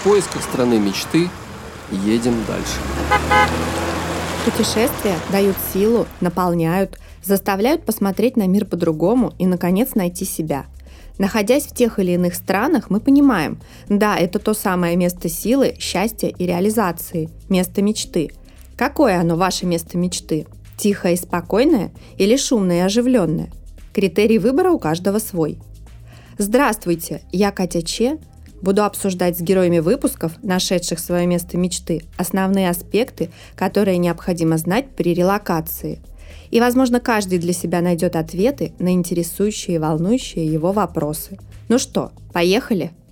В поисках страны мечты едем дальше. Путешествия дают силу, наполняют, заставляют посмотреть на мир по-другому и, наконец, найти себя. Находясь в тех или иных странах, мы понимаем, да, это то самое место силы, счастья и реализации, место мечты. Какое оно, ваше место мечты? Тихое и спокойное или шумное и оживленное? Критерий выбора у каждого свой. Здравствуйте, я Катя Че. Буду обсуждать с героями выпусков, нашедших свое место мечты, основные аспекты, которые необходимо знать при релокации. И, возможно, каждый для себя найдет ответы на интересующие и волнующие его вопросы. Ну что, поехали?